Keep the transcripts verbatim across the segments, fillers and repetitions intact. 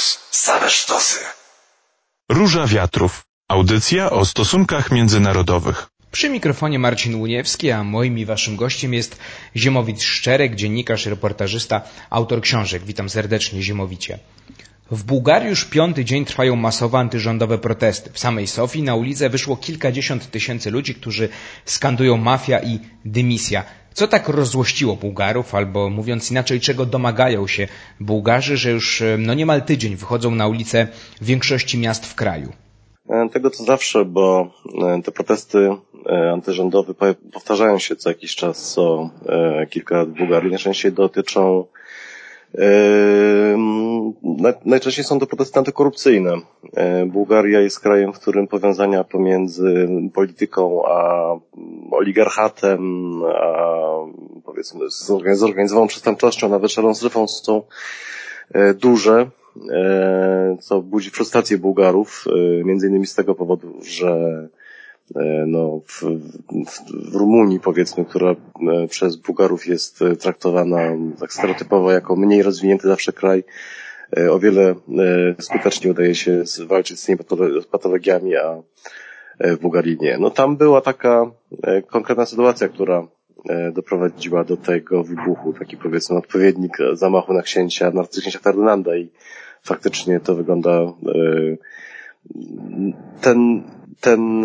sztos, same sztosy. Róża Wiatrów. Audycja o stosunkach międzynarodowych. Przy mikrofonie Marcin Łuniewski, a moim i waszym gościem jest Ziemowit Szczerek, dziennikarz, reportażysta, autor książek. Witam serdecznie, Ziemowicie. W Bułgarii już piąty dzień trwają masowe antyrządowe protesty. W samej Sofii na ulicę wyszło kilkadziesiąt tysięcy ludzi, którzy skandują mafia i dymisja. Co tak rozzłościło Bułgarów, albo mówiąc inaczej, czego domagają się Bułgarzy, że już no niemal tydzień wychodzą na ulice w większości miast w kraju? Tego co zawsze, bo te protesty antyrządowe powtarzają się co jakiś czas, co kilka lat w Bułgarii. Najczęściej dotyczą, najczęściej są to protesty antykorupcyjne. Bułgaria jest krajem, w którym powiązania pomiędzy polityką a oligarchatem, a powiedzmy zorganizowaną przestępczością, nawet szarą strefą są duże, co budzi frustrację Bułgarów, między innymi z tego powodu, że no, w, w, w Rumunii, powiedzmy, która przez Bułgarów jest traktowana tak stereotypowo jako mniej rozwinięty zawsze kraj, o wiele skuteczniej udaje się walczyć z tymi patologiami, a w Bułgarii nie. No tam była taka konkretna sytuacja, która doprowadziła do tego wybuchu, taki powiedzmy odpowiednik zamachu na księcia, na księcia Ferdynanda, i faktycznie to wygląda, ten, ten,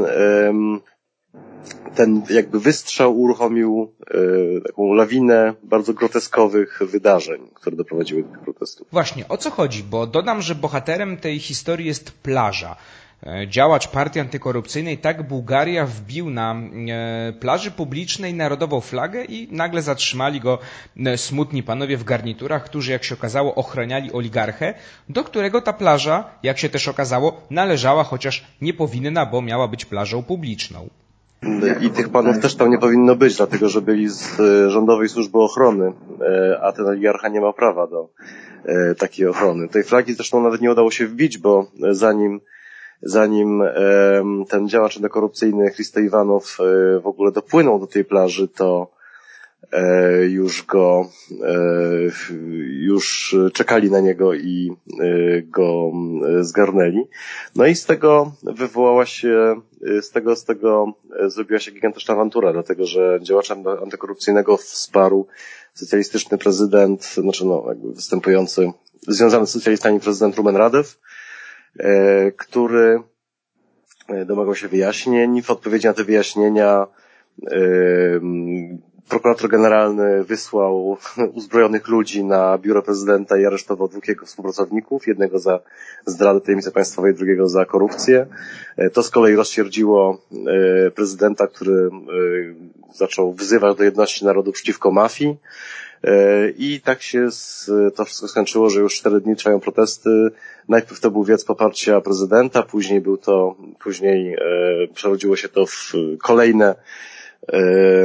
ten jakby wystrzał uruchomił taką lawinę bardzo groteskowych wydarzeń, które doprowadziły do tych protestów. Właśnie, o co chodzi? Bo dodam, że bohaterem tej historii jest Plaża. Działacz partii antykorupcyjnej. Tak Bułgaria wbił na plaży publicznej narodową flagę i nagle zatrzymali go smutni panowie w garniturach, którzy, jak się okazało, ochraniali oligarchę, do którego ta plaża, jak się też okazało, należała, chociaż nie powinna, bo miała być plażą publiczną. I tych panów też tam nie powinno być, dlatego że byli z rządowej służby ochrony, a ten oligarcha nie ma prawa do takiej ochrony. Tej flagi zresztą nawet nie udało się wbić, bo zanim Zanim e, ten działacz antykorupcyjny Hristo Iwanow e, w ogóle dopłynął do tej plaży, to e, już go, e, już czekali na niego i e, go e, zgarnęli. No i z tego wywołała się, z tego, z tego zrobiła się gigantyczna awantura, dlatego że działacza antykorupcyjnego wsparł socjalistyczny prezydent, znaczy no jakby występujący, związany z socjalistami prezydent Rumen Radew, który domagał się wyjaśnień. W odpowiedzi na te wyjaśnienia prokurator generalny wysłał uzbrojonych ludzi na biuro prezydenta i aresztował dwóch jego współpracowników, jednego za zdradę tajemnicy państwowej, drugiego za korupcję. To z kolei rozsierdziło prezydenta, który zaczął wzywać do jedności narodu przeciwko mafii. I tak się to wszystko skończyło, że już cztery dni trwają protesty. Najpierw to był wiec poparcia prezydenta, później był to, później e, przerodziło się to w kolejne e,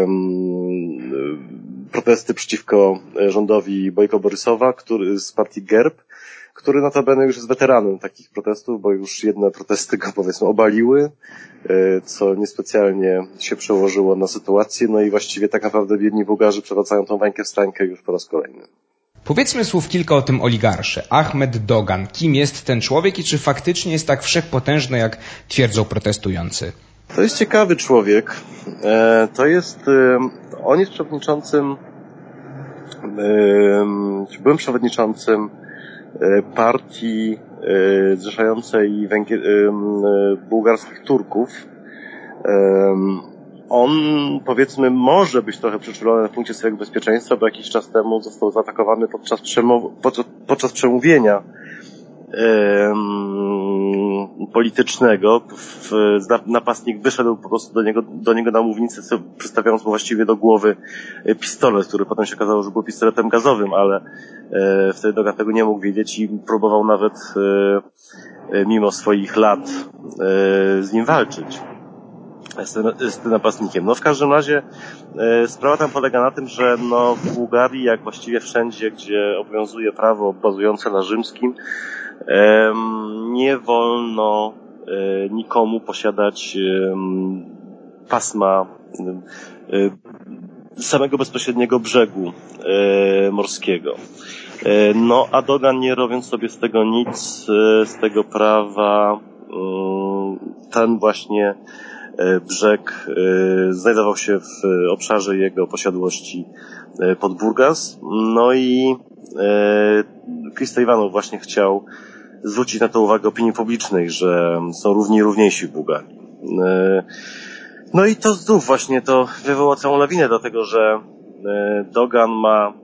protesty przeciwko rządowi Bojko Borysowa, który z partii GERB, który notabene już jest weteranem takich protestów, bo już jedne protesty go powiedzmy obaliły, co niespecjalnie się przełożyło na sytuację, no i właściwie tak naprawdę biedni Bułgarzy przewracają tą bańkę w stańkę już po raz kolejny. Powiedzmy słów kilka o tym oligarsze. Ahmed Dogan. Kim jest ten człowiek i czy faktycznie jest tak wszechpotężny, jak twierdzą protestujący? To jest ciekawy człowiek. To jest, on jest przewodniczącym, byłym przewodniczącym partii zrzeszającej węgier... bułgarskich Turków. On, powiedzmy, może być trochę przyczulony w punkcie swojego bezpieczeństwa, bo jakiś czas temu został zaatakowany podczas, przemow... podczas, podczas przemówienia politycznego. W, napastnik wyszedł po prostu do niego, do niego na mównicę, przystawiając mu właściwie do głowy pistolet, który potem się okazało, że był pistoletem gazowym, ale e, wtedy Dogan tego nie mógł wiedzieć i próbował nawet e, mimo swoich lat e, z nim walczyć, z tym, z tym napastnikiem. No w każdym razie e, sprawa tam polega na tym, że no w Bułgarii, jak właściwie wszędzie, gdzie obowiązuje prawo bazujące na rzymskim, nie wolno nikomu posiadać pasma samego bezpośredniego brzegu morskiego. No, a Dogan, nie robiąc sobie z tego nic, z tego prawa, ten właśnie brzeg znajdował się w obszarze jego posiadłości pod Burgas. No i Krista Iwanow właśnie chciał zwrócić na to uwagę opinii publicznej, że są równi i równiejsi w Bułgarii. No i to znów właśnie to wywołało całą lawinę, dlatego że Dogan ma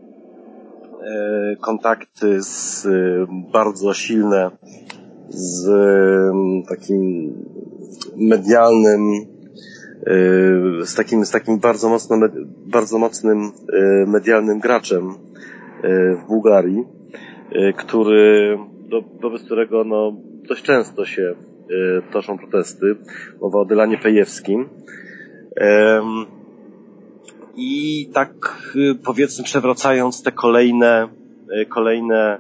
kontakty z bardzo silne z takim medialnym, z takim, z takim bardzo mocno, bardzo mocnym medialnym graczem w Bułgarii, który, do, wobec którego no, dość często się toczą protesty. Mowa o Dylanie Pejewskim. I tak powiedzmy, przewracając te kolejne kolejne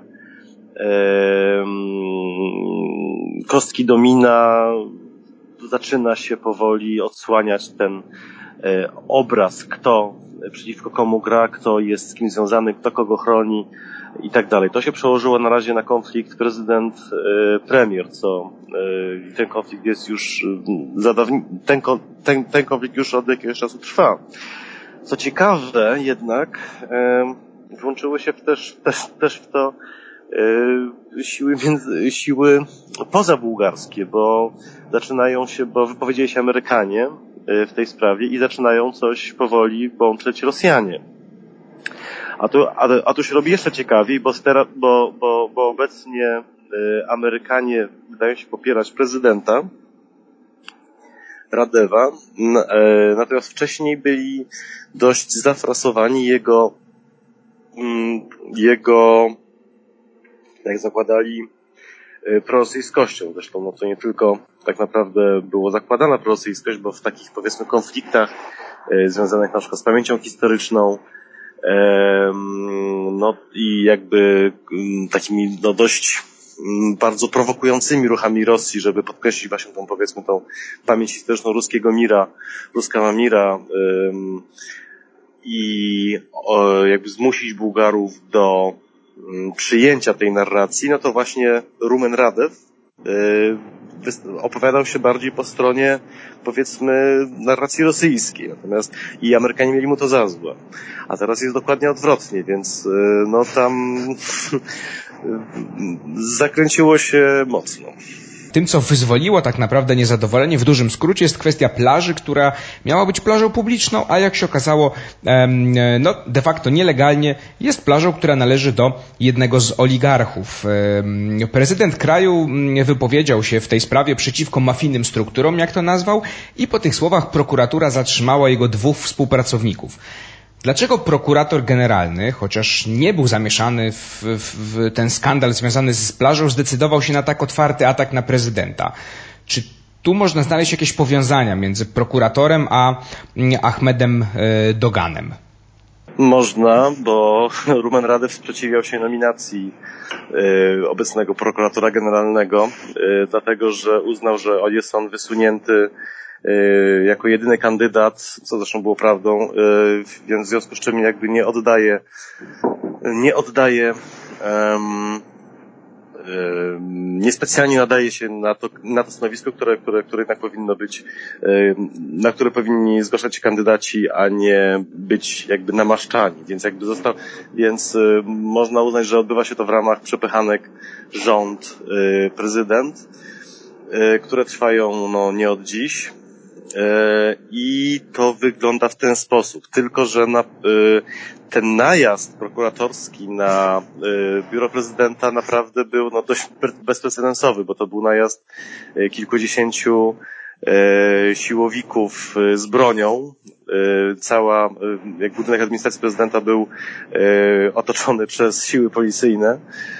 kostki domina, zaczyna się powoli odsłaniać ten obraz, kto przeciwko komu gra, kto jest z kim związany, kto kogo chroni i tak dalej. To się przełożyło na razie na konflikt prezydent-premier, co ten konflikt jest już zadawni... ten, ten, ten konflikt już od jakiegoś czasu trwa. Co ciekawe jednak, włączyły się też, też, też w to siły, między, siły pozabułgarskie, bo zaczynają się, bo wypowiedzieli się Amerykanie w tej sprawie i zaczynają coś powoli włączyć Rosjanie. A tu, a, a tu się robi jeszcze ciekawiej, bo, stera, bo, bo, bo obecnie Amerykanie wydają się popierać prezydenta Radewa, natomiast wcześniej byli dość zafrasowani jego, jego, jak zakładali, prorosyjskością. Zresztą no to nie tylko tak naprawdę było zakładana prorosyjskość, bo w takich powiedzmy konfliktach związanych na przykład z pamięcią historyczną, no i jakby takimi no dość bardzo prowokującymi ruchami Rosji, żeby podkreślić właśnie tą powiedzmy tą pamięć historyczną ruskiego mira, ruska mira ym, i o, jakby zmusić Bułgarów do ym, przyjęcia tej narracji, no to właśnie Rumen Radew yy, opowiadał się bardziej po stronie powiedzmy narracji rosyjskiej, natomiast i Amerykanie mieli mu to za złe. A teraz jest dokładnie odwrotnie, więc yy, no tam zakręciło się mocno. Tym, co wyzwoliło tak naprawdę niezadowolenie w dużym skrócie, jest kwestia plaży, która miała być plażą publiczną, a jak się okazało, no de facto nielegalnie jest plażą, która należy do jednego z oligarchów. Prezydent kraju wypowiedział się w tej sprawie przeciwko mafijnym strukturom, jak to nazwał, i po tych słowach prokuratura zatrzymała jego dwóch współpracowników. Dlaczego prokurator generalny, chociaż nie był zamieszany w, w, w ten skandal związany z plażą, zdecydował się na tak otwarty atak na prezydenta? Czy tu można znaleźć jakieś powiązania między prokuratorem a Ahmedem Doganem? Można, bo Rumen Radew sprzeciwiał się nominacji y, obecnego prokuratora generalnego, y, dlatego że uznał, że jest on wysunięty jako jedyny kandydat, co zresztą było prawdą, więc w związku z czym jakby nie oddaje, nie oddaje, um, niespecjalnie nadaje się na to, na to stanowisko, które, które, które jednak powinno być, na które powinni zgłaszać się kandydaci, a nie być jakby namaszczani, więc jakby został, więc można uznać, że odbywa się to w ramach przepychanek rząd, prezydent, które trwają no nie od dziś. I to wygląda w ten sposób. Tylko że na, ten najazd prokuratorski na biuro prezydenta naprawdę był no, dość bezprecedensowy, bo to był najazd kilkudziesięciu siłowików z bronią. Cała, jak budynek administracji prezydenta był otoczony przez siły policyjne.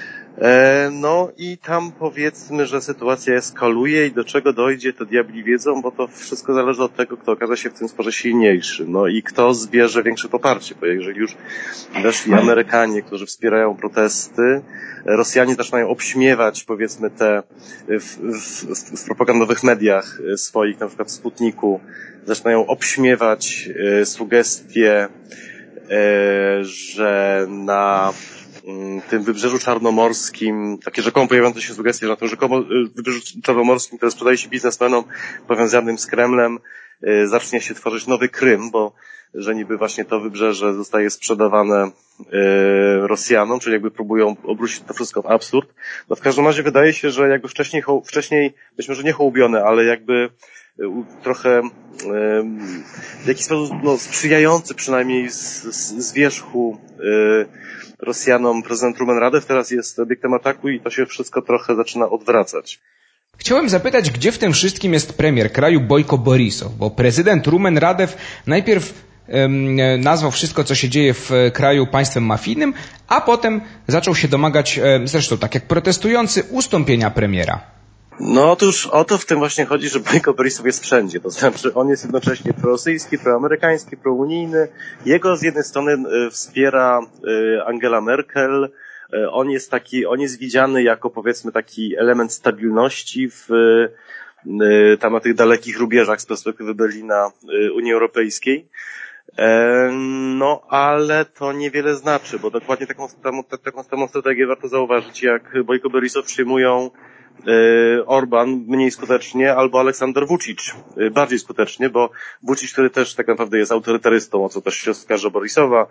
No i tam powiedzmy, że sytuacja eskaluje i do czego dojdzie, to diabli wiedzą, bo to wszystko zależy od tego, kto okaże się w tym sporze silniejszy. No i kto zbierze większe poparcie, bo jeżeli już weszli Amerykanie, którzy wspierają protesty, Rosjanie zaczynają obśmiewać powiedzmy te w, w, w propagandowych mediach swoich, na przykład w Sputniku, zaczynają obśmiewać sugestie, że na tym wybrzeżu czarnomorskim, takie rzekomo pojawiające się sugestie, że na tym rzekomo wybrzeżu czarnomorskim, które sprzedaje się biznesmenom powiązanym z Kremlem, zacznie się tworzyć nowy Krym, bo że niby właśnie to wybrzeże zostaje sprzedawane Rosjanom, czyli jakby próbują obrócić to wszystko w absurd. No w każdym razie wydaje się, że jakby wcześniej, wcześniej być może nie hołubione, ale jakby trochę w jakiś sposób no, sprzyjający przynajmniej z, z, z wierzchu Rosjanom prezydent Rumen Radew teraz jest obiektem ataku i to się wszystko trochę zaczyna odwracać. Chciałem zapytać, gdzie w tym wszystkim jest premier kraju Bojko Borisow, bo prezydent Rumen Radew najpierw um, nazwał wszystko, co się dzieje w kraju państwem mafijnym, a potem zaczął się domagać, zresztą tak jak protestujący, ustąpienia premiera. No otóż o to w tym właśnie chodzi, że Bojko Borisow jest wszędzie. To znaczy on jest jednocześnie prorosyjski, proamerykański, prounijny. Jego z jednej strony wspiera Angela Merkel. On jest taki, on jest widziany jako powiedzmy taki element stabilności w tam na tych dalekich rubieżach z perspektywy Berlina Unii Europejskiej. No, ale to niewiele znaczy, bo dokładnie taką, taką samą strategię warto zauważyć, jak Bojko Borisow przyjmują Orban mniej skutecznie, albo Aleksander Vučić bardziej skutecznie, bo Vučić, który też tak naprawdę jest autorytarystą, o co też się oskarża Borisowa,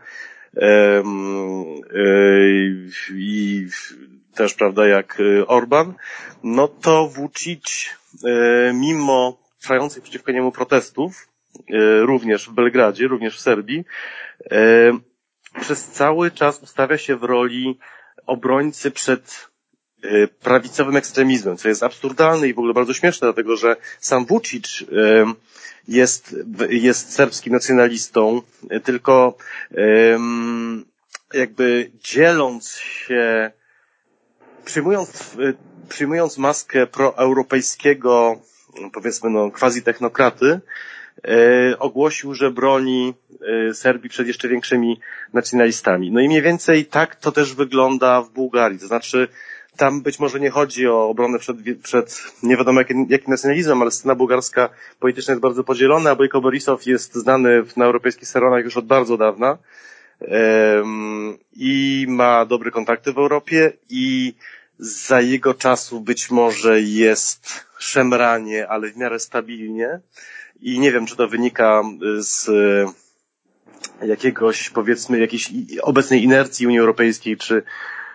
i też, prawda, jak Orban, no to Vučić, mimo trwających przeciwko niemu protestów, również w Belgradzie, również w Serbii, przez cały czas ustawia się w roli obrońcy przed prawicowym ekstremizmem, co jest absurdalne i w ogóle bardzo śmieszne, dlatego że sam Vučić jest, jest serbskim nacjonalistą, tylko jakby dzieląc się, przyjmując, przyjmując maskę proeuropejskiego, powiedzmy no quasi-technokraty, ogłosił, że broni Serbii przed jeszcze większymi nacjonalistami. No i mniej więcej tak to też wygląda w Bułgarii, to znaczy tam być może nie chodzi o obronę przed, przed nie wiadomo jakim, jakim nacjonalizmem, ale scena bułgarska polityczna jest bardzo podzielona, a Bojko Borisow jest znany na europejskich salonach już od bardzo dawna um, i ma dobre kontakty w Europie i za jego czasów być może jest szemranie, ale w miarę stabilnie i nie wiem, czy to wynika z jakiegoś, powiedzmy, jakiejś obecnej inercji Unii Europejskiej, czy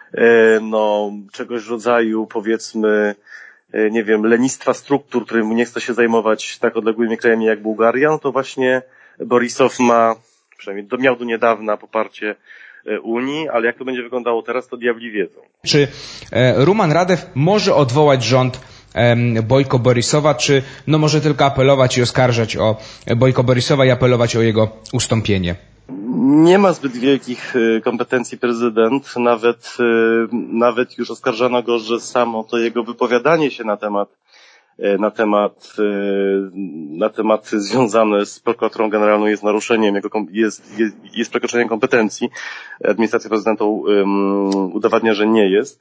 no, czegoś rodzaju, powiedzmy, nie wiem, lenistwa struktur, którym nie chce się zajmować tak odległymi krajami jak Bułgaria, no to właśnie Borisow ma, przynajmniej miał do niedawna poparcie Unii, ale jak to będzie wyglądało teraz, to diabli wiedzą. Czy Rumen Radew może odwołać rząd Bojko Borisowa, czy no może tylko apelować i oskarżać o Bojko Borisowa i apelować o jego ustąpienie? Nie ma zbyt wielkich kompetencji prezydent, nawet, nawet już oskarżano go, że samo to jego wypowiadanie się na temat, na temat, na tematy związane z prokuraturą generalną jest naruszeniem, jego, jest, jest, jest przekroczeniem kompetencji. Administracja prezydenta um, udowadnia, że nie jest.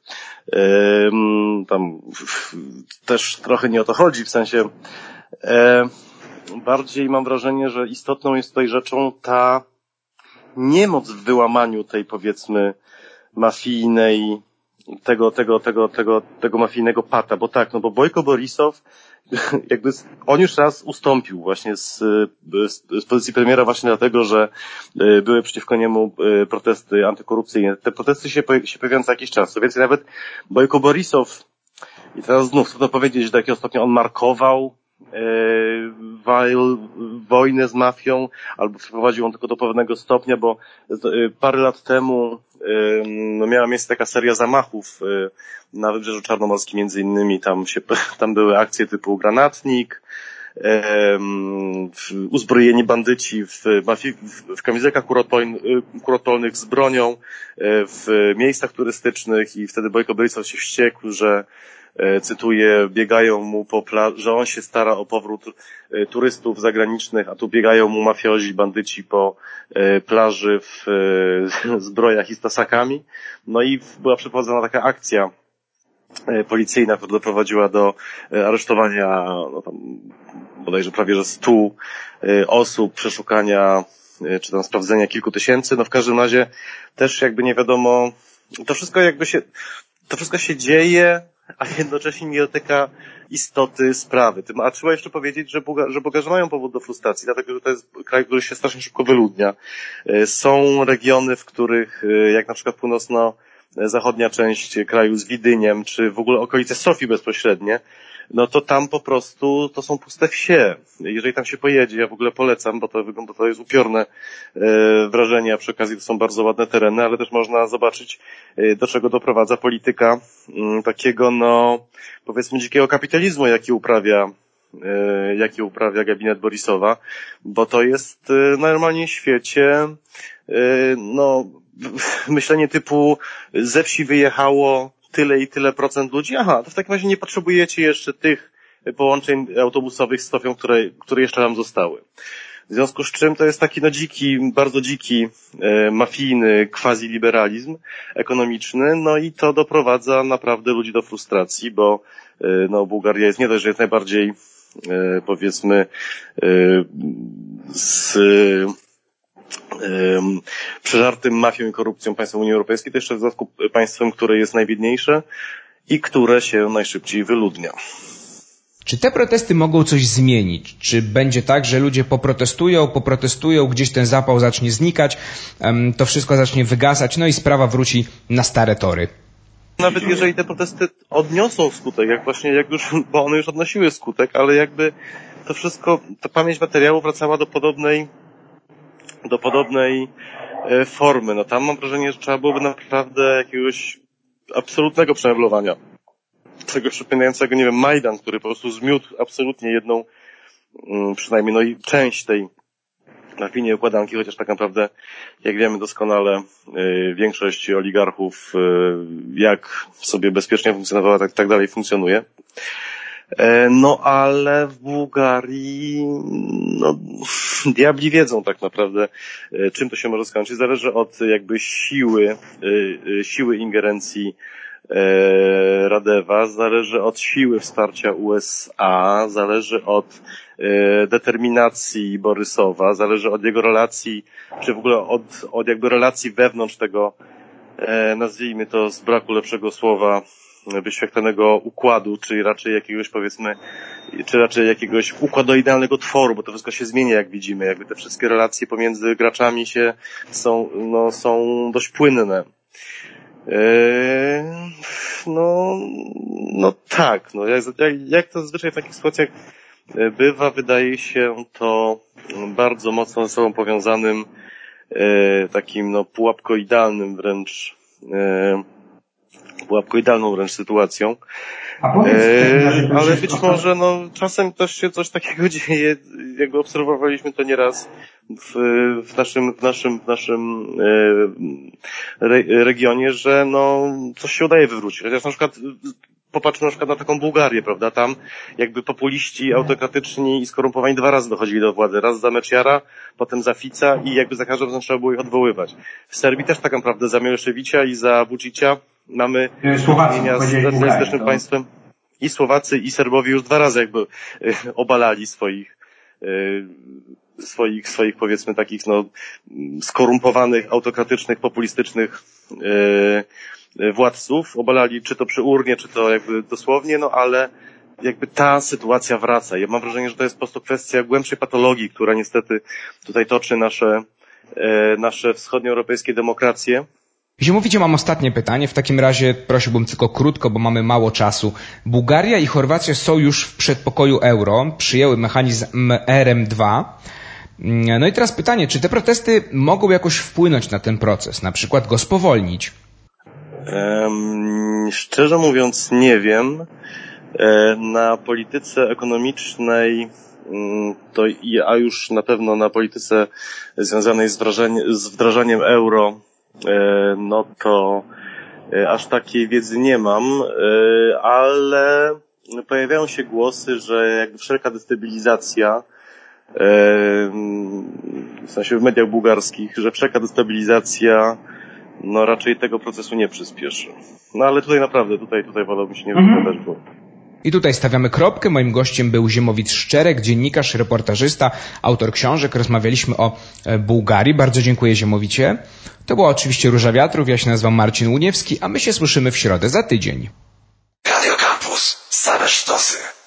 Um, tam też trochę nie o to chodzi, w sensie um, bardziej mam wrażenie, że istotną jest tutaj rzeczą ta niemoc w wyłamaniu tej, powiedzmy, mafijnej, tego, tego, tego, tego, tego mafijnego pata, bo tak, no bo Bojko Borisow, jakby, on już raz ustąpił właśnie z, z, z pozycji premiera właśnie dlatego, że były przeciwko niemu protesty antykorupcyjne. Te protesty się, się pojawiają co jakiś czas, co więcej nawet Bojko Borisow, i teraz znów chcę to powiedzieć, że takiego stopnia on markował wojnę z mafią, albo przeprowadził on tylko do pewnego stopnia, bo parę lat temu no, miała miejsce taka seria zamachów na Wybrzeżu Czarnomorskim, między innymi tam się, tam były akcje typu granatnik, uzbrojeni bandyci w, w kamizelkach kuropolnych z bronią w miejscach turystycznych i wtedy Bojko Borisow się wściekł, że cytuję, biegają mu po plaży, że on się stara o powrót turystów zagranicznych, a tu biegają mu mafiozi, bandyci po plaży w zbrojach i z tasakami. No i była przeprowadzona taka akcja policyjna, która doprowadziła do aresztowania no tam bodajże prawie że stu osób, przeszukania czy tam sprawdzenia kilku tysięcy. No w każdym razie też jakby nie wiadomo, to wszystko jakby się, to wszystko się dzieje, a jednocześnie nie dotyka istoty sprawy. A trzeba jeszcze powiedzieć, że, Bułga, że Bułgarzy mają powód do frustracji, dlatego że to jest kraj, który się strasznie szybko wyludnia. Są regiony, w których, jak na przykład północno-zachodnia część kraju z Widyniem, czy w ogóle okolice Sofii bezpośrednie, no to tam po prostu to są puste wsie. Jeżeli tam się pojedzie, ja w ogóle polecam, bo to, bo to jest upiorne e, wrażenie, a przy okazji to są bardzo ładne tereny, ale też można zobaczyć, e, do czego doprowadza polityka m, takiego, no, powiedzmy dzikiego kapitalizmu, jaki uprawia e, jaki uprawia gabinet Borisowa, bo to jest e, normalnie w świecie e, no, myślenie typu ze wsi wyjechało tyle i tyle procent ludzi, aha, to w takim razie nie potrzebujecie jeszcze tych połączeń autobusowych z Sofią, które, które jeszcze nam zostały. W związku z czym to jest taki no dziki, bardzo dziki, e, mafijny quasi-liberalizm ekonomiczny, no i to doprowadza naprawdę ludzi do frustracji, bo e, no Bułgaria jest nie dość, że jest najbardziej e, powiedzmy e, z Um, przeżartym mafią i korupcją państwa Unii Europejskiej, to jeszcze w dodatku państwem, które jest najbiedniejsze i które się najszybciej wyludnia. Czy te protesty mogą coś zmienić? Czy będzie tak, że ludzie poprotestują, poprotestują, gdzieś ten zapał zacznie znikać, um, to wszystko zacznie wygasać, no i sprawa wróci na stare tory? Nawet jeżeli te protesty odniosą skutek, jak właśnie, jak już, bo one już odnosiły skutek, ale jakby to wszystko, ta pamięć materiału wracała do podobnej do podobnej e, formy. No tam mam wrażenie, że trzeba byłoby naprawdę jakiegoś absolutnego przemeblowania. Tego przypominającego, nie wiem, Majdan, który po prostu zmiótł absolutnie jedną, mm, przynajmniej no i część tej mafijnej układanki, chociaż tak naprawdę, jak wiemy doskonale, y, większość oligarchów, y, jak sobie bezpiecznie funkcjonowała, tak, tak dalej funkcjonuje. No ale w Bułgarii, no, diabli wiedzą tak naprawdę, czym to się może skończyć. Zależy od jakby siły, siły ingerencji Radewa, zależy od siły wsparcia U S A, zależy od determinacji Borysowa, zależy od jego relacji, czy w ogóle od, od jakby relacji wewnątrz tego, nazwijmy to z braku lepszego słowa, wyświetlonego układu, czy raczej jakiegoś powiedzmy, czy raczej jakiegoś układoidalnego tworu, bo to wszystko się zmienia, jak widzimy, jakby te wszystkie relacje pomiędzy graczami się są, no, są dość płynne. Eee, no, no tak, no jak, jak to zazwyczaj w takich sytuacjach bywa, wydaje się to bardzo mocno ze sobą powiązanym, e, takim no pułapkoidalnym wręcz, e, pułapkoidalną wręcz sytuacją. E, ale być może no czasem też się coś takiego dzieje, jakby obserwowaliśmy to nieraz w, w naszym, w naszym, w naszym e, re, regionie, że no coś się udaje wywrócić. Chociaż na przykład popatrzmy na przykład na taką Bułgarię, prawda? Tam jakby populiści autokratyczni i skorumpowani dwa razy dochodzili do władzy. Raz za Mečiara, potem za Fica i jakby za każdym razem trzeba było ich odwoływać. W Serbii też tak naprawdę za Miloševića i za Vučića mamy do czynienia z socjalistycznym państwem. I Słowacy, i Serbowie już dwa razy jakby obalali swoich, swoich, swoich powiedzmy takich no skorumpowanych, autokratycznych, populistycznych władców. Obalali czy to przy urnie, czy to jakby dosłownie, no ale jakby ta sytuacja wraca. Ja mam wrażenie, że to jest po prostu kwestia głębszej patologii, która niestety tutaj toczy nasze, nasze wschodnioeuropejskie demokracje. Ziemowicie, mam ostatnie pytanie. W takim razie prosiłbym tylko krótko, bo mamy mało czasu. Bułgaria i Chorwacja są już w przedpokoju euro, przyjęły mechanizm R M dwa. No i teraz pytanie, czy te protesty mogą jakoś wpłynąć na ten proces, na przykład go spowolnić? Um, szczerze mówiąc nie wiem. E, na polityce ekonomicznej, to, a już na pewno na polityce związanej z, wdrażaniem, z wdrażaniem euro, no to aż takiej wiedzy nie mam, ale pojawiają się głosy, że jakby wszelka destabilizacja, w sensie w mediach bułgarskich, że wszelka destabilizacja no raczej tego procesu nie przyspieszy. No ale tutaj naprawdę, tutaj, tutaj wolałbym się nie wypowiadać, bo I tutaj stawiamy kropkę. Moim gościem był Ziemowit Szczerek, dziennikarz, reportażysta, autor książek. Rozmawialiśmy o Bułgarii. Bardzo dziękuję, Ziemowicie. To była oczywiście Róża Wiatrów. Ja się nazywam Marcin Łuniewski, a my się słyszymy w środę za tydzień. Radio Campus. Same sztosy.